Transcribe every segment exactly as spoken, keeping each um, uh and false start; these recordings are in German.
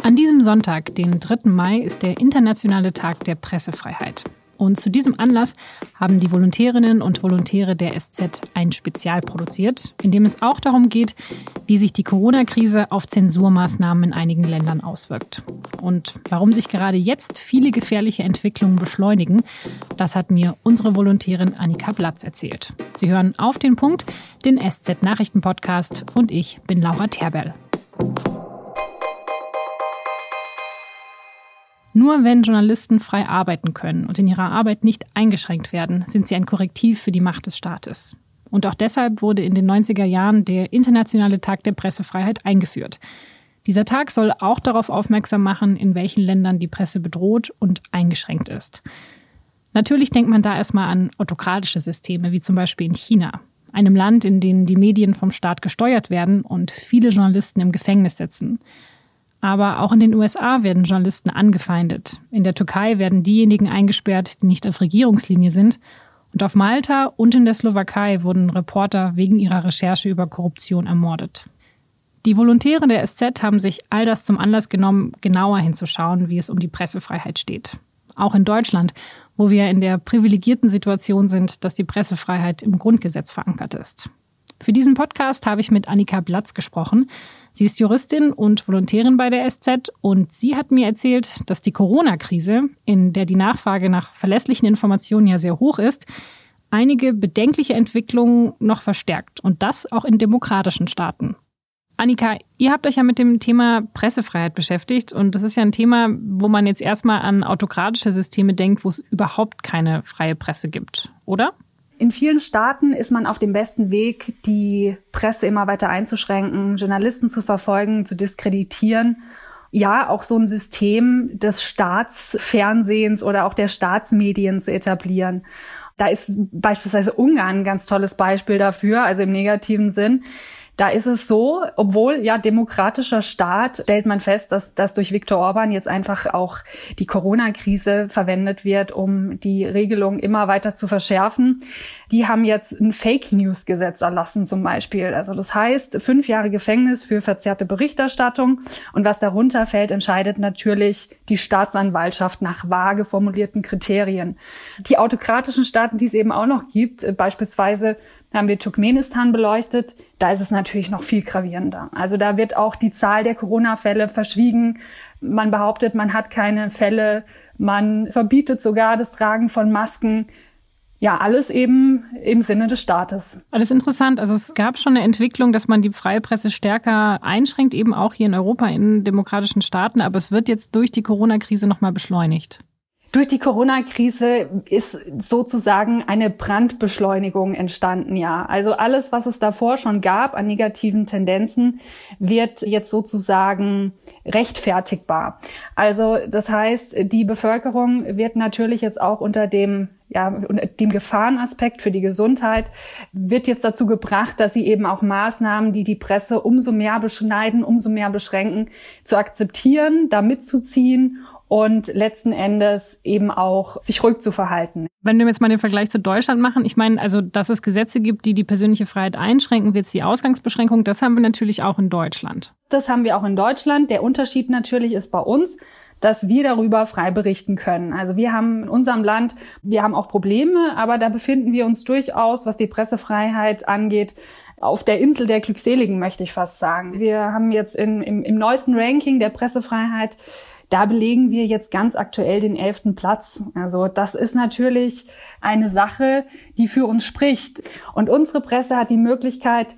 An diesem Sonntag, den dritten Mai, ist der internationale Tag der Pressefreiheit. Und zu diesem Anlass haben die Volontärinnen und Volontäre der S Z ein Spezial produziert, in dem es auch darum geht, wie sich die Corona-Krise auf Zensurmaßnahmen in einigen Ländern auswirkt. Und warum sich gerade jetzt viele gefährliche Entwicklungen beschleunigen, das hat mir unsere Volontärin Annika Blatz erzählt. Sie hören auf den Punkt, den S Z-Nachrichten-Podcast, und ich bin Laura Terberl. Nur wenn Journalisten frei arbeiten können und in ihrer Arbeit nicht eingeschränkt werden, sind sie ein Korrektiv für die Macht des Staates. Und auch deshalb wurde in den neunziger Jahren der Internationale Tag der Pressefreiheit eingeführt. Dieser Tag soll auch darauf aufmerksam machen, in welchen Ländern die Presse bedroht und eingeschränkt ist. Natürlich denkt man da erstmal an autokratische Systeme, wie zum Beispiel in China, einem Land, in dem die Medien vom Staat gesteuert werden und viele Journalisten im Gefängnis sitzen. Aber auch in den U S A werden Journalisten angefeindet. In der Türkei werden diejenigen eingesperrt, die nicht auf Regierungslinie sind. Und auf Malta und in der Slowakei wurden Reporter wegen ihrer Recherche über Korruption ermordet. Die Volontäre der S Z haben sich all das zum Anlass genommen, genauer hinzuschauen, wie es um die Pressefreiheit steht. Auch in Deutschland, wo wir in der privilegierten Situation sind, dass die Pressefreiheit im Grundgesetz verankert ist. Für diesen Podcast habe ich mit Annika Blatz gesprochen. Sie ist Juristin und Volontärin bei der S Z und sie hat mir erzählt, dass die Corona-Krise, in der die Nachfrage nach verlässlichen Informationen ja sehr hoch ist, einige bedenkliche Entwicklungen noch verstärkt, und das auch in demokratischen Staaten. Annika, ihr habt euch ja mit dem Thema Pressefreiheit beschäftigt, und das ist ja ein Thema, wo man jetzt erstmal an autokratische Systeme denkt, wo es überhaupt keine freie Presse gibt, oder? In vielen Staaten ist man auf dem besten Weg, die Presse immer weiter einzuschränken, Journalisten zu verfolgen, zu diskreditieren. Ja, auch so ein System des Staatsfernsehens oder auch der Staatsmedien zu etablieren. Da ist beispielsweise Ungarn ein ganz tolles Beispiel dafür, also im negativen Sinn. Da ist es so, obwohl ja demokratischer Staat, stellt man fest, dass, dass durch Viktor Orban jetzt einfach auch die Corona-Krise verwendet wird, um die Regelung immer weiter zu verschärfen. Die haben jetzt ein Fake-News-Gesetz erlassen zum Beispiel. Also das heißt, fünf Jahre Gefängnis für verzerrte Berichterstattung. Und was darunter fällt, entscheidet natürlich die Staatsanwaltschaft nach vage formulierten Kriterien. Die autokratischen Staaten, die es eben auch noch gibt, beispielsweise haben wir Turkmenistan beleuchtet, da ist es natürlich noch viel gravierender. Also da wird auch die Zahl der Corona-Fälle verschwiegen. Man behauptet, man hat keine Fälle. Man verbietet sogar das Tragen von Masken. Ja, alles eben im Sinne des Staates. Das ist interessant. Also es gab schon eine Entwicklung, dass man die freie Presse stärker einschränkt, eben auch hier in Europa, in demokratischen Staaten. Aber es wird jetzt durch die Corona-Krise nochmal beschleunigt. Durch die Corona-Krise ist sozusagen eine Brandbeschleunigung entstanden, ja. Also alles, was es davor schon gab an negativen Tendenzen, wird jetzt sozusagen rechtfertigbar. Also das heißt, die Bevölkerung wird natürlich jetzt auch unter dem ja, unter dem Gefahrenaspekt für die Gesundheit, wird jetzt dazu gebracht, dass sie eben auch Maßnahmen, die die Presse umso mehr beschneiden, umso mehr beschränken, zu akzeptieren, da mitzuziehen und letzten Endes eben auch sich ruhig zu verhalten. Wenn wir jetzt mal den Vergleich zu Deutschland machen, ich meine, also dass es Gesetze gibt, die die persönliche Freiheit einschränken, wie jetzt die Ausgangsbeschränkung, das haben wir natürlich auch in Deutschland. Das haben wir auch in Deutschland. Der Unterschied natürlich ist bei uns, dass wir darüber frei berichten können. Also wir haben in unserem Land, wir haben auch Probleme, aber da befinden wir uns durchaus, was die Pressefreiheit angeht, auf der Insel der Glückseligen, möchte ich fast sagen. Wir haben jetzt in, im, im neuesten Ranking der Pressefreiheit, da belegen wir jetzt ganz aktuell den elften Platz. Also das ist natürlich eine Sache, die für uns spricht. Und unsere Presse hat die Möglichkeit,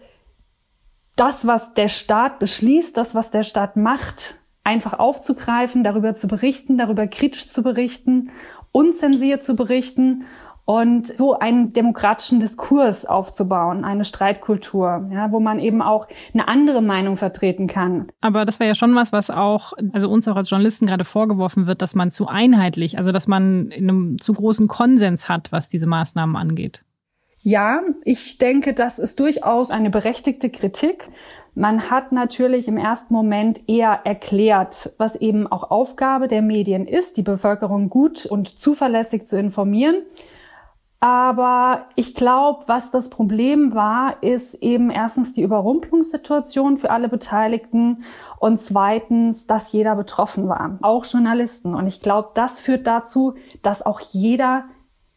das, was der Staat beschließt, das, was der Staat macht, einfach aufzugreifen, darüber zu berichten, darüber kritisch zu berichten, unzensiert zu berichten und so einen demokratischen Diskurs aufzubauen, eine Streitkultur, ja, wo man eben auch eine andere Meinung vertreten kann. Aber das wäre ja schon was, was auch, also uns auch als Journalisten gerade vorgeworfen wird, dass man zu einheitlich, also dass man in einem zu großen Konsens hat, was diese Maßnahmen angeht. Ja, ich denke, das ist durchaus eine berechtigte Kritik. Man hat natürlich im ersten Moment eher erklärt, was eben auch Aufgabe der Medien ist, die Bevölkerung gut und zuverlässig zu informieren. Aber ich glaube, was das Problem war, ist eben erstens die Überrumpelungssituation für alle Beteiligten und zweitens, dass jeder betroffen war, auch Journalisten. Und ich glaube, das führt dazu, dass auch jeder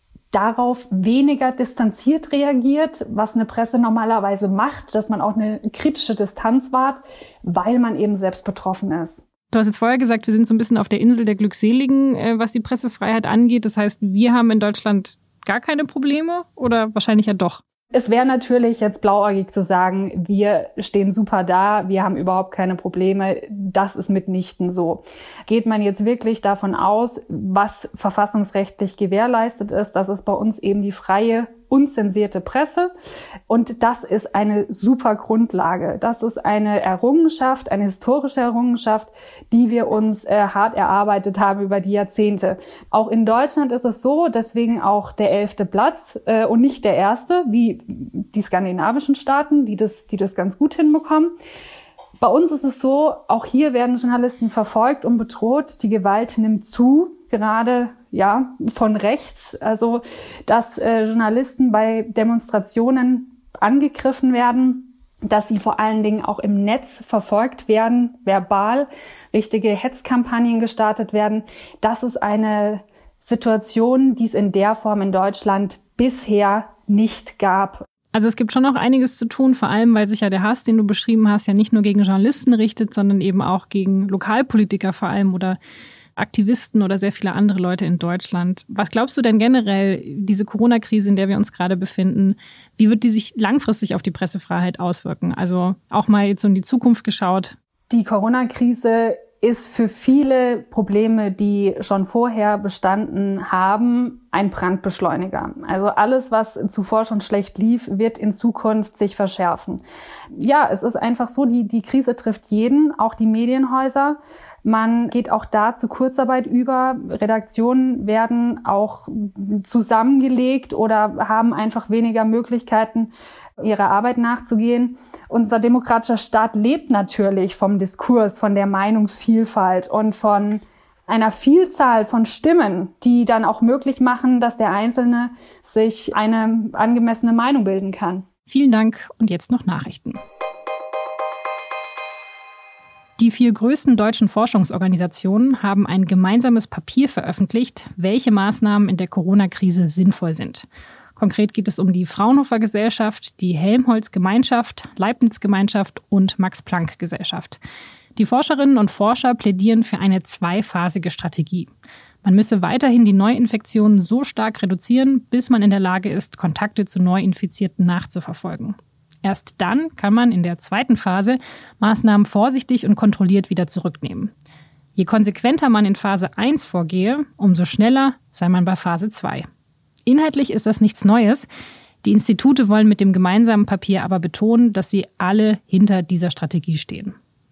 darauf weniger distanziert reagiert, was eine Presse normalerweise macht, dass man auch eine kritische Distanz wahrt, weil man eben selbst betroffen ist. Du hast jetzt vorher gesagt, wir sind so ein bisschen auf der Insel der Glückseligen, was die Pressefreiheit angeht. Das heißt, wir haben in Deutschland gar keine Probleme oder wahrscheinlich ja doch? Es wäre natürlich jetzt blauäugig zu sagen, wir stehen super da, wir haben überhaupt keine Probleme. Das ist mitnichten so. Geht man jetzt wirklich davon aus, was verfassungsrechtlich gewährleistet ist, das ist bei uns eben die freie, unzensierte Presse. Und das ist eine super Grundlage. Das ist eine Errungenschaft, eine historische Errungenschaft, die wir uns äh, hart erarbeitet haben über die Jahrzehnte. Auch in Deutschland ist es so, deswegen auch der elfte Platz äh, und nicht der erste, wie die skandinavischen Staaten, die das, die das ganz gut hinbekommen. Bei uns ist es so, auch hier werden Journalisten verfolgt und bedroht. Die Gewalt nimmt zu, gerade ja von rechts. Also dass äh, Journalisten bei Demonstrationen angegriffen werden, dass sie vor allen Dingen auch im Netz verfolgt werden, verbal, richtige Hetzkampagnen gestartet werden. Das ist eine Situation, die es in der Form in Deutschland bisher nicht gab. Also es gibt schon noch einiges zu tun, vor allem, weil sich ja der Hass, den du beschrieben hast, ja nicht nur gegen Journalisten richtet, sondern eben auch gegen Lokalpolitiker vor allem oder Aktivisten oder sehr viele andere Leute in Deutschland. Was glaubst du denn generell, diese Corona-Krise, in der wir uns gerade befinden, wie wird die sich langfristig auf die Pressefreiheit auswirken? Also auch mal jetzt so in die Zukunft geschaut. Die Corona-Krise ist für viele Probleme, die schon vorher bestanden haben, ein Brandbeschleuniger. Also alles, was zuvor schon schlecht lief, wird in Zukunft sich verschärfen. Ja, es ist einfach so, die, die Krise trifft jeden, auch die Medienhäuser. Man geht auch da zu Kurzarbeit über. Redaktionen werden auch zusammengelegt oder haben einfach weniger Möglichkeiten, ihrer Arbeit nachzugehen. Unser demokratischer Staat lebt natürlich vom Diskurs, von der Meinungsvielfalt und von einer Vielzahl von Stimmen, die dann auch möglich machen, dass der Einzelne sich eine angemessene Meinung bilden kann. Vielen Dank und jetzt noch Nachrichten. Die vier größten deutschen Forschungsorganisationen haben ein gemeinsames Papier veröffentlicht, welche Maßnahmen in der Corona-Krise sinnvoll sind. Konkret geht es um die Fraunhofer Gesellschaft, die Helmholtz-Gemeinschaft, Leibniz-Gemeinschaft und Max-Planck-Gesellschaft. Die Forscherinnen und Forscher plädieren für eine zweiphasige Strategie. Man müsse weiterhin die Neuinfektionen so stark reduzieren, bis man in der Lage ist, Kontakte zu Neuinfizierten nachzuverfolgen. Erst dann kann man in der zweiten Phase Maßnahmen vorsichtig und kontrolliert wieder zurücknehmen. Je konsequenter man in Phase eins vorgehe, umso schneller sei man bei Phase zwei. Inhaltlich ist das nichts Neues. Die Institute wollen mit dem gemeinsamen Papier aber betonen, dass sie alle hinter dieser Strategie stehen.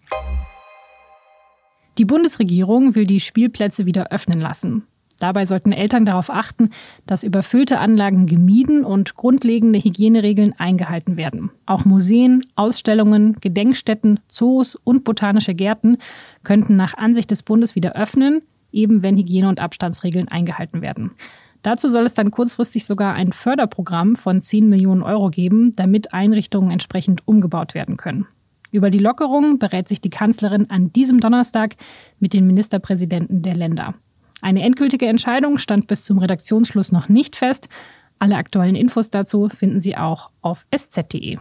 Die Bundesregierung will die Spielplätze wieder öffnen lassen. Dabei sollten Eltern darauf achten, dass überfüllte Anlagen gemieden und grundlegende Hygieneregeln eingehalten werden. Auch Museen, Ausstellungen, Gedenkstätten, Zoos und botanische Gärten könnten nach Ansicht des Bundes wieder öffnen, eben wenn Hygiene- und Abstandsregeln eingehalten werden. Dazu soll es dann kurzfristig sogar ein Förderprogramm von zehn Millionen Euro geben, damit Einrichtungen entsprechend umgebaut werden können. Über die Lockerung berät sich die Kanzlerin an diesem Donnerstag mit den Ministerpräsidenten der Länder. Eine endgültige Entscheidung stand bis zum Redaktionsschluss noch nicht fest. Alle aktuellen Infos dazu finden Sie auch auf sz punkt de.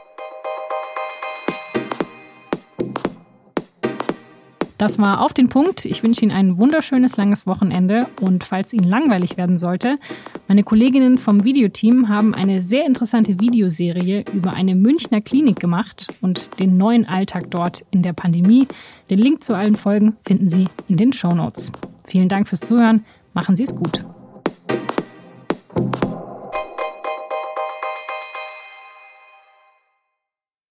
Das war Auf den Punkt. Ich wünsche Ihnen ein wunderschönes langes Wochenende und falls Ihnen langweilig werden sollte, meine Kolleginnen vom Videoteam haben eine sehr interessante Videoserie über eine Münchner Klinik gemacht und den neuen Alltag dort in der Pandemie. Den Link zu allen Folgen finden Sie in den Shownotes. Vielen Dank fürs Zuhören. Machen Sie es gut.